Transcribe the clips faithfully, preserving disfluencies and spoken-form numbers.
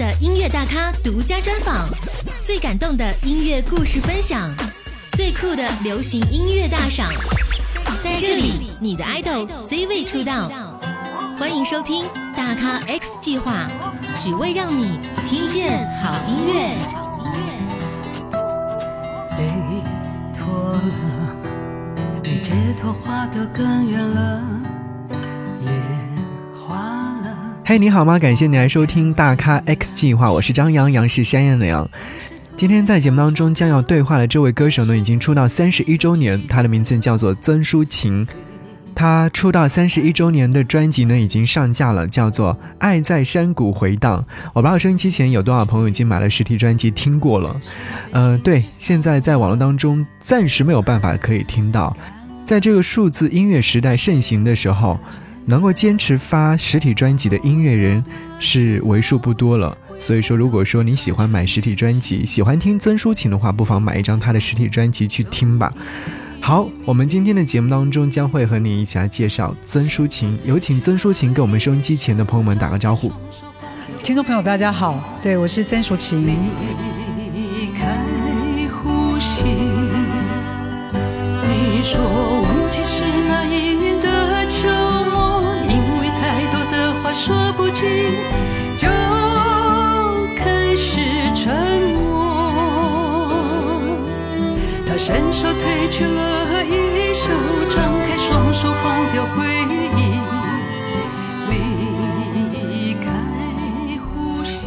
的音乐大咖独家专访，最感动的音乐故事分享，最酷的流行音乐大赏，在这里你的 idol C 位出道。欢迎收听大咖 X 计划，只为让你听见好音乐。 被拖了，比街头花得更远了，也花了。 嘿、hey, 你好吗？感谢你来收听大咖 X 计划，我是张扬，杨是山羊的羊。今天在节目当中将要对话的这位歌手呢，已经出道三十一周年，他的名字叫做曾淑琴。他出道三十一周年的专辑呢已经上架了，叫做《爱在山谷回荡》。我不知道收音机前有多少朋友已经买了实体专辑听过了。呃，对，现在在网络当中暂时没有办法可以听到。在这个数字音乐时代盛行的时候，能够坚持发实体专辑的音乐人是为数不多了。所以说，如果说你喜欢买实体专辑，喜欢听曾淑琴的话，不妨买一张她的实体专辑去听吧。好，我们今天的节目当中将会和你一起来介绍曾淑琴，有请曾淑琴跟我们收音机前的朋友们打个招呼。 听众朋友大家好，对，我是曾淑琴。 离开呼吸，你说忘记是那一年的秋末，因为太多的话说不尽，就开始沉默。他伸手推去了一手，张开双手放掉回忆，离开呼吸。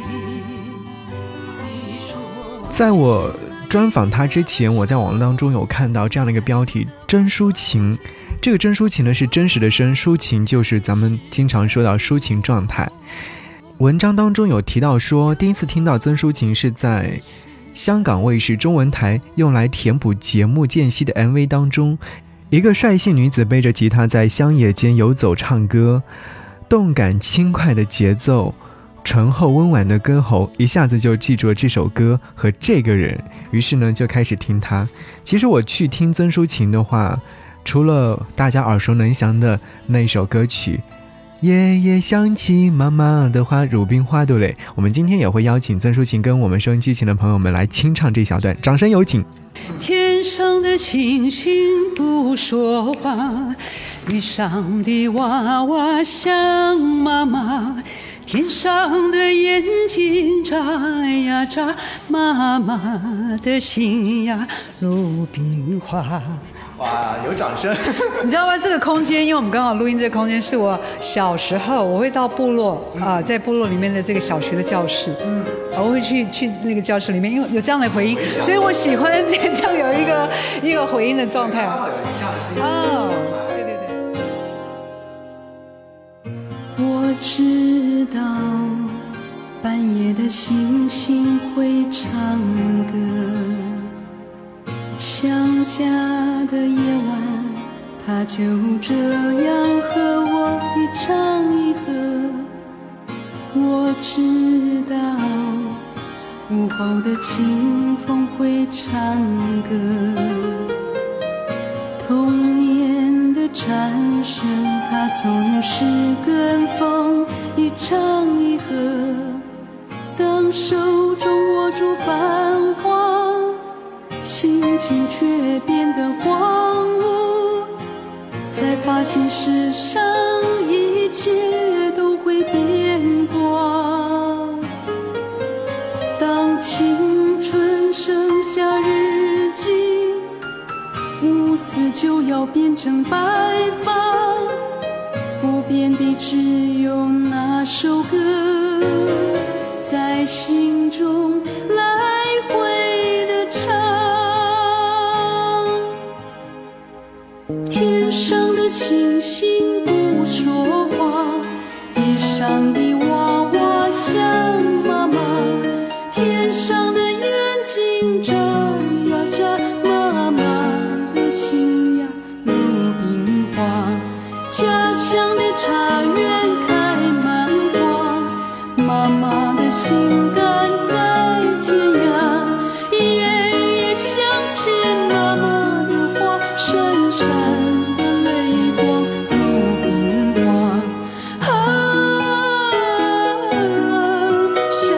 在我专访他之前，我在网络当中有看到这样的一个标题，曾淑琴。这个曾淑琴呢是真实的真，抒情就是咱们经常说到抒情状态。文章当中有提到说，第一次听到曾淑琴是在香港卫视中文台用来填补节目间隙的 M V 当中，一个率性女子背着吉他在乡野间游走唱歌，动感轻快的节奏，醇厚温婉的歌喉，一下子就记住了这首歌和这个人，于是呢就开始听他。其实我去听曾淑琴的话，除了大家耳熟能详的那首歌曲夜夜想起妈妈的话，鲁冰花，对不对？我们今天也会邀请曾淑琴跟我们收音机前的朋友们来清唱这小段，掌声有请。 天上的星星不说话，地上的娃娃像妈妈，天上的眼睛眨呀眨，妈妈的心呀如冰花。 哇，有掌声！ 你知道吗？这个空间，因为我们刚好录音，这个空间是我小时候我会到部落啊、呃，在部落里面的这个小学的教室，嗯，我会去去那个教室里面，因为有这样的回音，所以我喜欢这这样有一个一个回音的状态。 刚好有这样的声音。 哦，对对对。我知道半夜的星星会唱歌。想家的夜晚，他就这样和我一唱一和。我知道午后的清风会唱歌，童年的蝉声，它总是跟风一唱一和。当手中握住繁华，心情却变得荒芜，才发现世上一切都会变卦。当青春剩下日记，乌丝就要变成白发，不变的只有那首歌，在心中来回的唱。天上的星星不说话，地上的娃娃像妈妈，天上的眼睛眨呀眨，妈妈的心呀如冰花。家乡的茶园开满花，妈妈的心肝在天涯，夜夜想起妈妈的话，闪闪的泪光如冰花。啊，想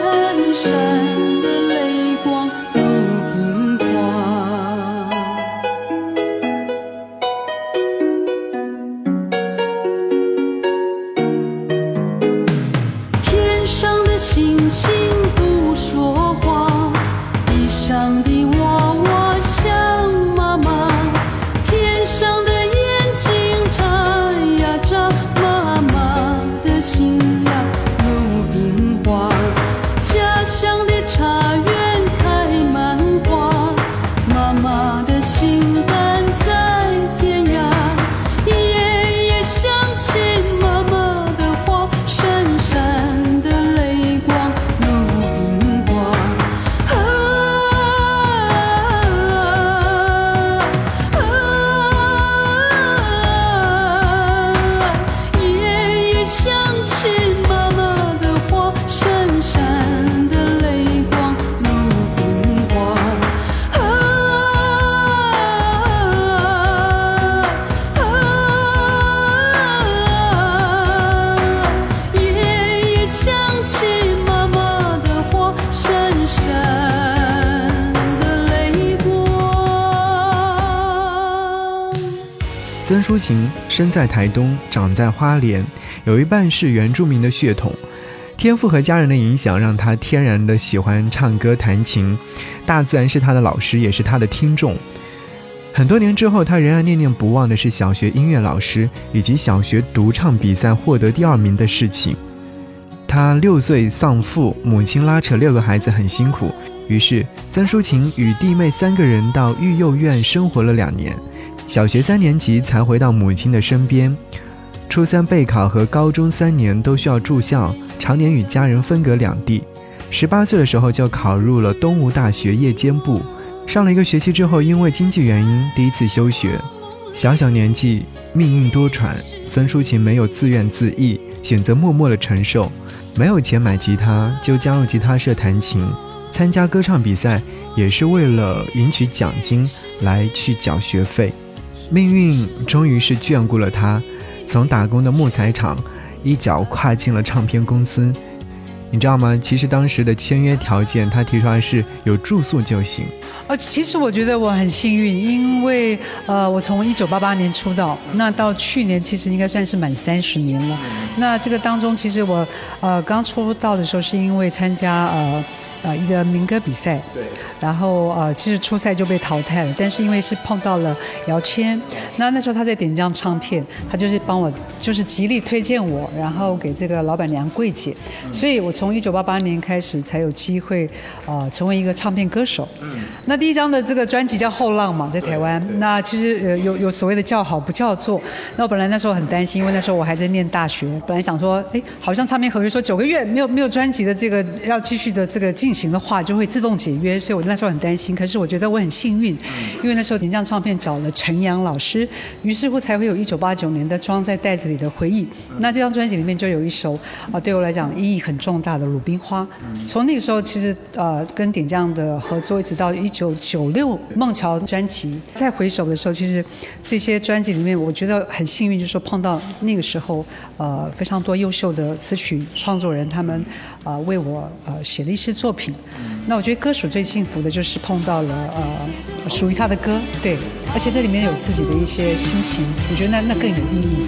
淑琴生在台东，长在花莲，有一半是原住民的血统。天赋和家人的影响让他天然的喜欢唱歌弹琴，大自然是他的老师，也是他的听众。很多年之后，他仍然念念不忘的是小学音乐老师以及小学独唱比赛获得第二名的事情。他六岁丧父，母亲拉扯六个孩子很辛苦，于是曾淑琴与弟妹三个人到育幼院生活了两年，小学三年级才回到母亲的身边。初三备考和高中三年都需要住校，常年与家人分隔两地。十八岁的时候就考入了东吴大学夜间部，上了一个学期之后，因为经济原因第一次休学。小小年纪，命运多舛，曾淑琴没有自怨自艾，选择默默的承受。没有钱买吉他，就加入吉他社弹琴，参加歌唱比赛也是为了赢取奖金来去缴学费。命运终于是眷顾了他，从打工的木材厂一脚跨进了唱片公司。你知道吗？其实当时的签约条件他提出来是有住宿就行。 呃，其实我觉得我很幸运，因为呃，我从一九八八年出道，那到去年其实应该算是满三十年了。那这个当中，其实我呃刚出道的时候是因为参加呃呃一个民歌比赛，对，然后呃其实初赛就被淘汰了，但是因为是碰到了姚谦，那那时候他在点将唱片，他就是帮我就是极力推荐我，然后给这个老板娘桂姐，所以我从一九八八年开始才有机会呃成为一个唱片歌手。嗯，那第一张的这个专辑叫《后浪》嘛，在台湾，那其实呃有有所谓的叫好不叫座。那我本来那时候很担心，因为那时候我还在念大学，本来想说，哎，好像唱片合约说九个月没有没有专辑的这个要继续的这个进行的话，就会自动解约，所以我那时候很担心。可是我觉得我很幸运，因为那时候点将唱片找了陈阳老师，于是乎才会有一九八九年的《装在袋子里的回忆》。那这张专辑里面就有一首啊、呃，对我来讲意义很重大的《鲁冰花》。从那个时候，其实呃跟点将的合作，一直到一九九六孟乔专辑，再回首的时候，其实这些专辑里面，我觉得很幸运，就是说碰到那个时候呃非常多优秀的词曲创作人，他们呃为我呃写了一些作品。那我觉得歌手最幸福的就是碰到了呃属于他的歌，对，而且这里面有自己的一些心情，我觉得那那更有意义。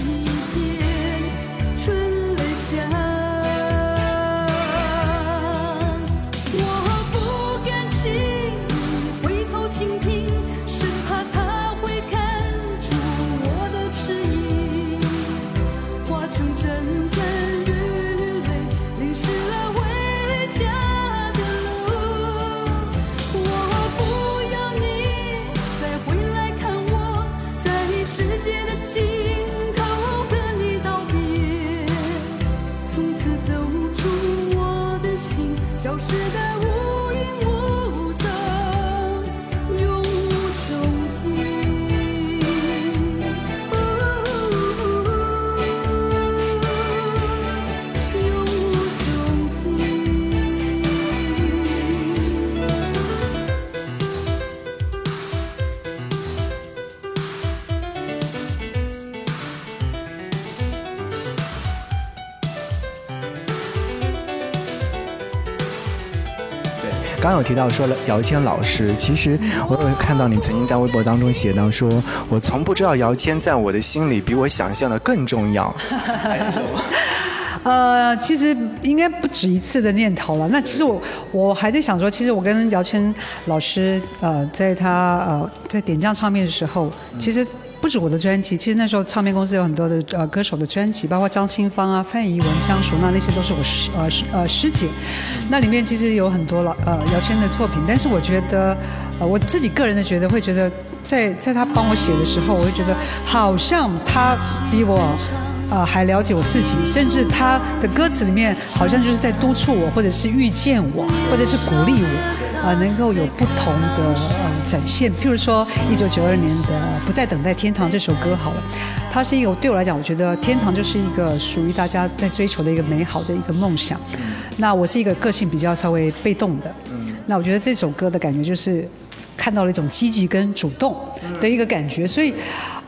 刚有提到说姚谦老师，其实我有看到你曾经在微博当中写到说，我从不知道姚谦在我的心里比我想象的更重要，还记得吗？ 呃，其实应该不止一次的念头了。那其实我我还在想说，其实我跟姚谦老师呃，在他呃在点将唱片的时候，其实不止我的专辑，其实那时候唱片公司有很多的呃歌手的专辑，包括张清芳啊、范怡文、江淑娜，那些都是我师呃师呃师姐。那里面其实有很多老呃姚谦的作品，但是我觉得呃我自己个人的觉得会觉得在在他帮我写的时候，我会觉得好像他比我呃还了解我自己，甚至他的歌词里面好像就是在督促我，或者是遇见我，或者是鼓励我。呃，能够有不同的呃展现，譬如说一九九二年的《不再等待天堂》这首歌好了，它是一个对我来讲，我觉得天堂就是一个属于大家在追求的一个美好的一个梦想。那我是一个个性比较稍微被动的，那我觉得这首歌的感觉就是看到了一种积极跟主动的一个感觉，所以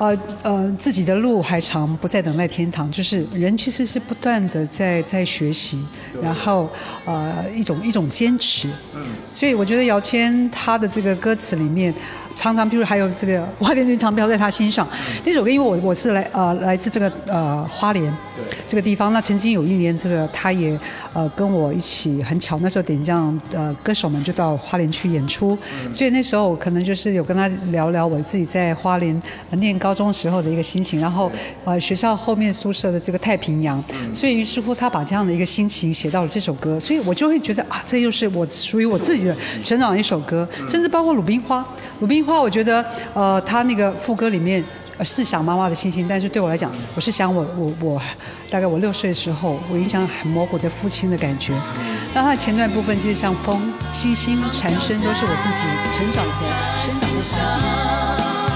呃呃，自己的路还长，不再等待天堂。就是人其实是不断的在在学习，然后呃一种一种坚持。嗯，所以我觉得姚谦他的这个歌词里面，常常譬如还有这个花莲云长飘在他心上、嗯、那首歌，因为我我是来呃来自这个呃花莲这个地方，那曾经有一年这个他也呃跟我一起很巧，那时候点将呃歌手们就到花莲去演出、嗯，所以那时候可能就是有跟他聊聊我自己在花莲、呃、念高中时候的一个心情，然后呃学校后面宿舍的这个太平洋，嗯、所以于是乎他把这样的一个心情写到了这首歌，所以我就会觉得啊，这又是我属于我自己的成长的一首歌，嗯、甚至包括鲁冰花，鲁冰花我觉得呃他那个副歌里面。是想妈妈的心情，但是对我来讲，我是想我我我大概我六岁的时候，我印象很模糊的父亲的感觉。那它的前段部分其实像风、星星、蝉声，都是我自己成长的生长的环境。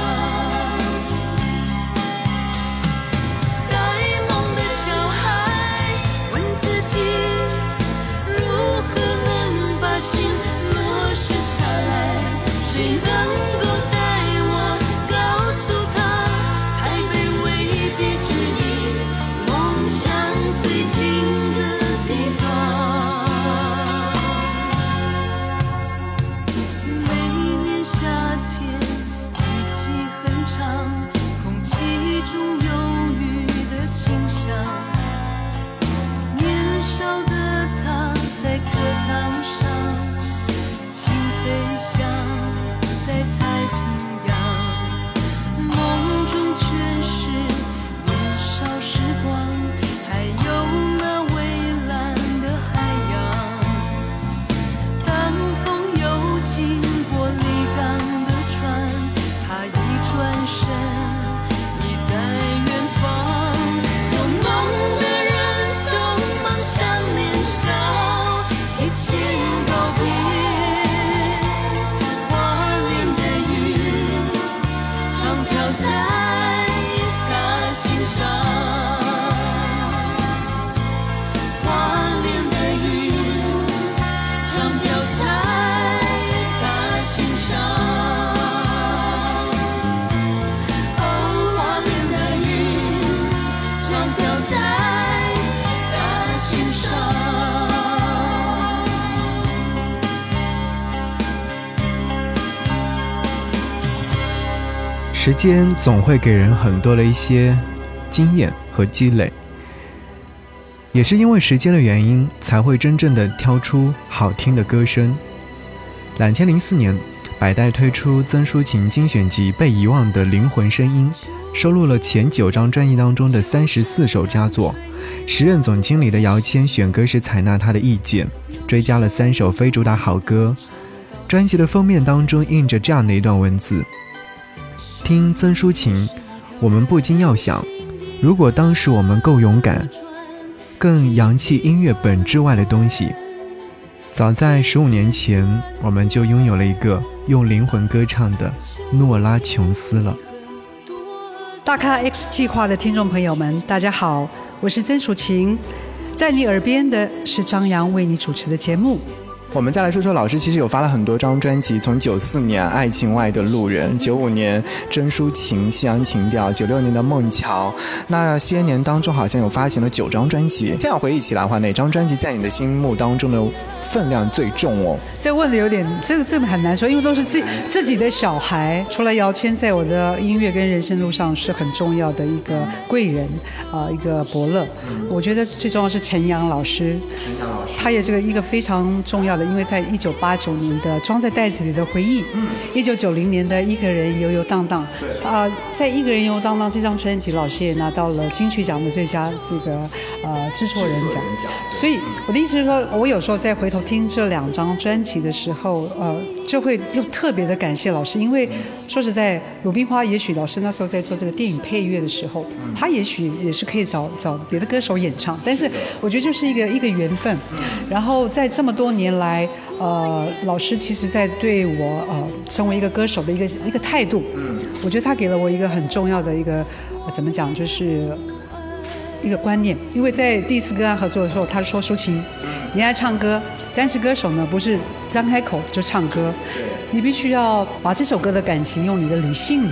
时间总会给人很多的一些经验和积累，也是因为时间的原因，才会真正的挑出好听的歌声。两千零四年，百代推出曾淑琴精选集《被遗忘的灵魂声音》，收录了前九张专辑当中的三十四首佳作。时任总经理的姚谦选歌时采纳他的意见，追加了三首非主打好歌。专辑的封面当中印着这样的一段文字：听曾淑琴，我们不禁要想，如果当时我们够勇敢，更扬弃音乐本质外的东西，早在十五年前，我们就拥有了一个用灵魂歌唱的诺拉琼斯了。 大咖 X 计划的听众朋友们，大家好，我是曾淑琴，在你耳边的是张扬为你主持的节目。 我们再来说说，老师其实有发了很多张专辑，从九四年《爱情外的路人》，九五年《真抒情》《西洋情调》，九六年的《梦桥》，那些年当中好像有发行了九张专辑。这样回忆起来的话，哪张专辑在你的心目当中的分量最重哦？ 这问的有点，这个这个很难说，因为都是自己自己的小孩。除了姚谦，在我的音乐跟人生路上是很重要的一个贵人啊、呃，一个伯乐。嗯、我觉得最重要是陈阳老师，陈阳老师，他也是个一个非常重要的，因为在一九八九年的《装在袋子里的回忆》，一九九零年的一个人游游荡荡，啊、呃，在一个人游游荡荡这张专辑，老师也拿到了金曲奖的最佳这个呃制作人奖。所以我的意思是说，我有时候再回头听这两张专辑的时候，呃，就会又特别的感谢老师，因为说实在，鲁冰花也许老师那时候在做这个电影配乐的时候，他也许也是可以找找别的歌手演唱，但是我觉得就是一个一个缘分。然后在这么多年来，呃，老师其实在对我呃成为一个歌手的一个一个态度，我觉得他给了我一个很重要的一个、呃、怎么讲，就是一个观念。因为在第一次跟他合作的时候，他说抒情，你爱唱歌，但是歌手呢不是张开口就唱歌，你必须要把这首歌的感情用你的理性的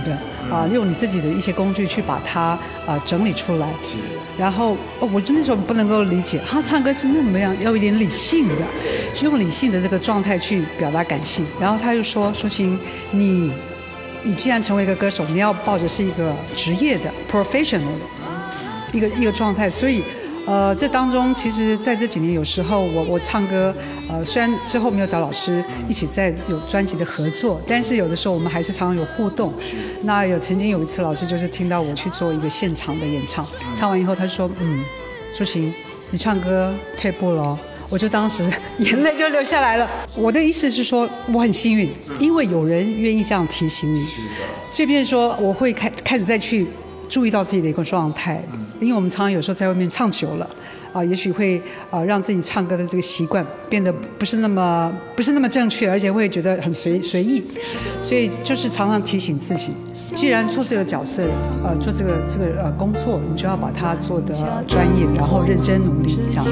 啊、呃，用你自己的一些工具去把它啊、呃、整理出来。然后、哦、我那时候不能够理解，他唱歌是那么样，要有一点理性的，是用理性的这个状态去表达感性。然后他又说：“抒情，你你既然成为一个歌手，你要抱着是一个职业的 professional 的一个一个状态，所以。”呃，这当中其实在这几年，有时候我我唱歌，呃，虽然之后没有找老师一起在有专辑的合作，但是有的时候我们还是常常有互动。那有曾经有一次，老师就是听到我去做一个现场的演唱，唱完以后他说：“嗯，抒情，你唱歌退步了哦。”我就当时眼泪就流下来了。我的意思是说，我很幸运，因为有人愿意这样提醒你，所以变成说我会开开始再去。注意到自己的一个状态，因为我们常常有时候在外面唱久了，啊、呃，也许会啊、呃、让自己唱歌的这个习惯变得不是那么不是那么正确，而且会觉得很随随意，所以就是常常提醒自己，既然做这个角色，呃，做这个这个呃工作，你就要把它做得专业，然后认真努力，这样子。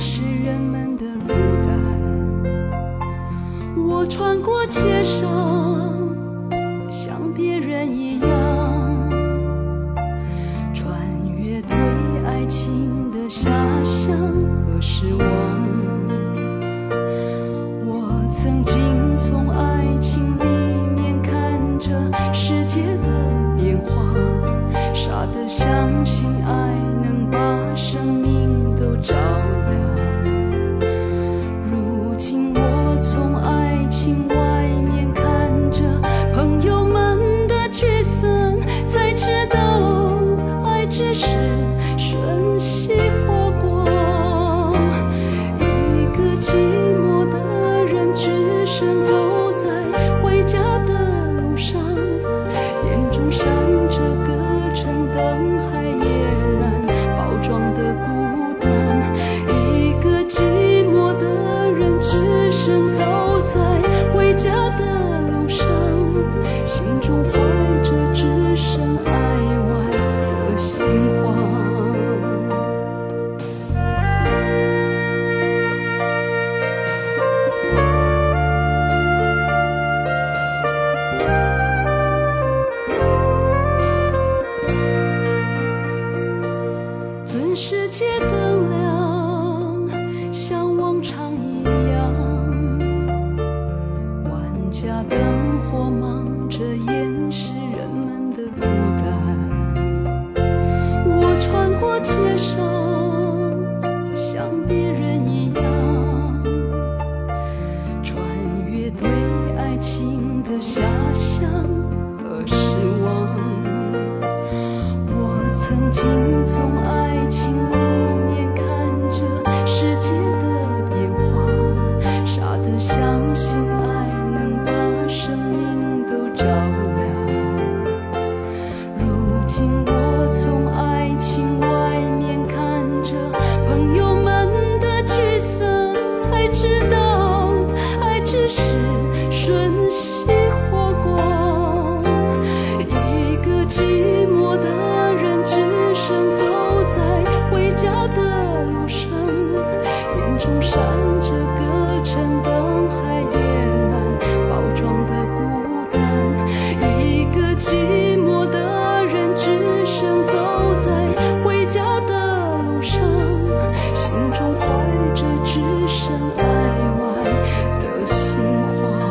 我穿过街上，像别人一样。爱情的遐想和失望，我曾经从爱情里面看着世界的变化，傻得相信爱能把生命都照亮。如今我从爱情外面看着朋友们的聚散，才知道爱只是瞬息划过，一个寂寞的人只身走在回家的路上，眼中闪着歌声，灯还也难包装的孤单，一个寂寞的人只身走在回家的路上，心中怀着只剩爱外的心慌。世界灯亮，像往常一样，万家灯火忙着掩饰人们的孤单。我穿过街上，像别人一样，穿越对爱情的遐想和失望。我曾经从爱情里面看着世界的变化，傻得相信爱能把生命都照亮。如今我从爱情外面看着朋友们的聚散，才知道爱只是瞬息划过，一个寂寞的人只身走在回家的路上，眼中闪着歌声，灯还也难包装的孤单，一个寂寞的人只身走在回家的路上，心中怀着只剩爱外的心慌。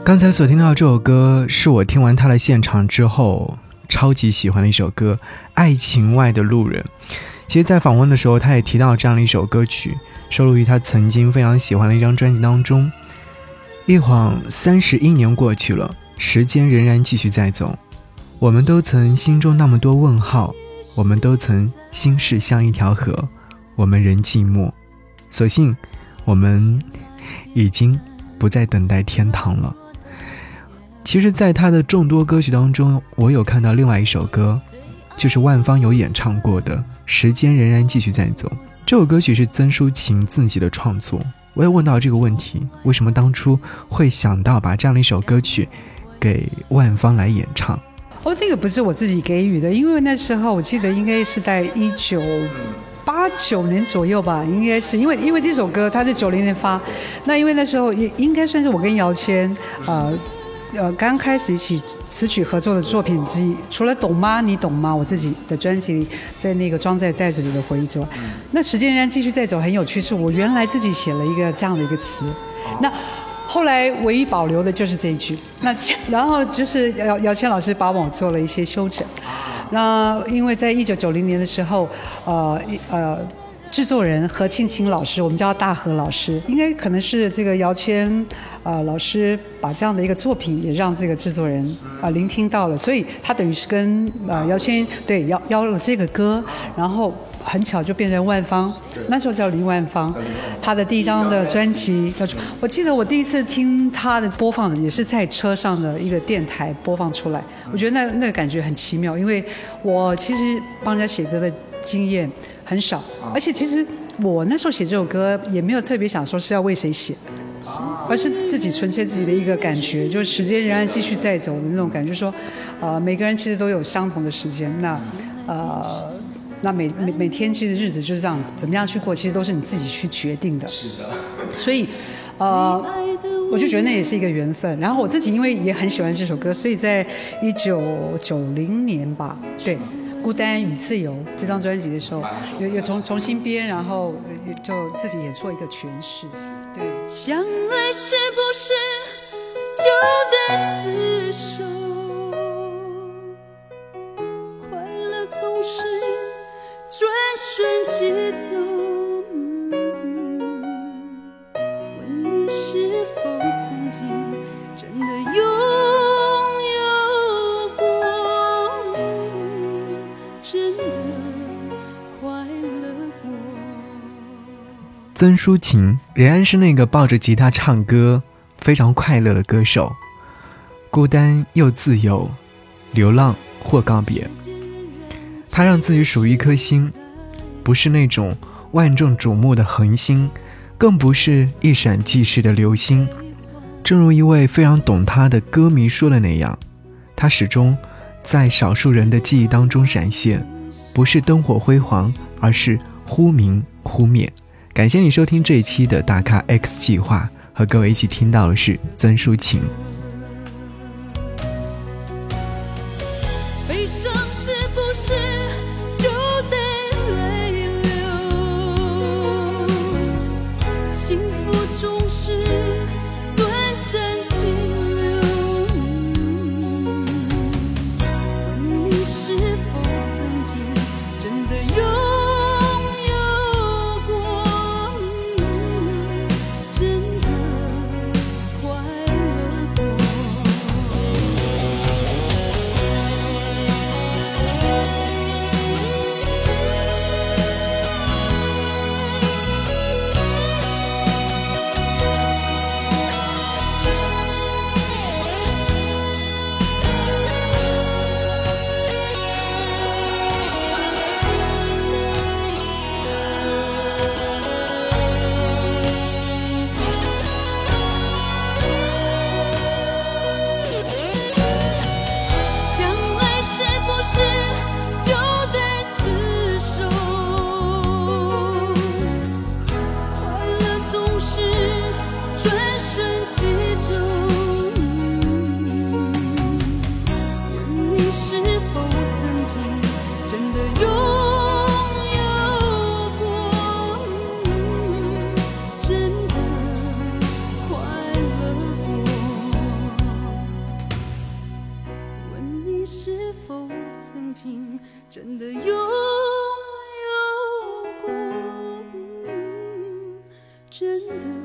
刚才所听到这首歌是我听完他的现场之后超级喜欢的一首歌，爱情外的路人。其实在访问的时候他也提到这样的一首歌曲，收录于他曾经非常喜欢的一张专辑当中。一晃三十一年过去了，时间仍然继续在走，我们都曾心中那么多问号，我们都曾心事像一条河，我们仍寂寞，所幸我们已经不再等待天堂了。其实在他的众多歌曲当中，我有看到另外一首歌，就是万芳有演唱过的《时间仍然继续在走》。这首歌曲是曾淑琴自己的创作。我也问到这个问题，为什么当初会想到把这样的一首歌曲给万芳来演唱？ 哦，那个不是我自己给予的，因为那时候我记得应该是在一九八九年左右吧，应该是因为因为这首歌它是九零年发，那因为那时候也应该算是我跟姚谦呃呃刚开始一起词曲合作的作品之一，除了懂吗你懂吗我自己的专辑里在那个装在袋子里的回忆之外，那时间仍然继续在走很有趣，是我原来自己写了一个这样的一个词，那后来唯一保留的就是这一句，那然后就是姚姚谦老师帮我做了一些修整。那因为在一九九零年的时候，呃呃，制作人何庆清老师，我们叫他大何老师，应该可能是这个姚谦呃老师把这样的一个作品也让这个制作人啊、呃、聆听到了，所以他等于是跟呃姚谦对邀邀了这个歌，然后很巧就变成万芳，那时候叫林万芳，他的第一张的专辑，我记得我第一次听他的播放的也是在车上的一个电台播放出来，我觉得那那个感觉很奇妙，因为我其实帮人家写歌的经验很少，而且其实我那时候写这首歌也没有特别想说是要为谁写，而是自己纯粹自己的一个感觉，就是时间仍然继续在走的那种感觉，说呃每个人其实都有相同的时间，那呃那每每每天其实日子就是这样，怎么样去过，其实都是你自己去决定的。是的。所以，呃，我就觉得那也是一个缘分。然后我自己因为也很喜欢这首歌，所以在一九九零年吧，对，《孤单与自由》这张专辑的时候，有有重重新编，然后就自己也做一个诠释。对。 相爱是不是就得厮守？快乐总是转瞬即走，问你是否曾经真的拥有过，真的快乐过。 曾淑琴仍然是那个抱着吉他唱歌非常快乐的歌手，孤单又自由，流浪或告别。他让自己属于一颗星，不是那种万众瞩目的恒星，更不是一闪即逝的流星。正如一位非常懂他的歌迷说的那样，他始终在少数人的记忆当中闪现，不是灯火辉煌，而是忽明忽灭。感谢你收听这一期的大咖 X 计划，和各位一起听到的是曾淑琴。 悲伤是不是就得泪流？幸福总是短暂停留。你是否曾经真的拥有过？真的快乐过？ 曾经真的拥有过，嗯真的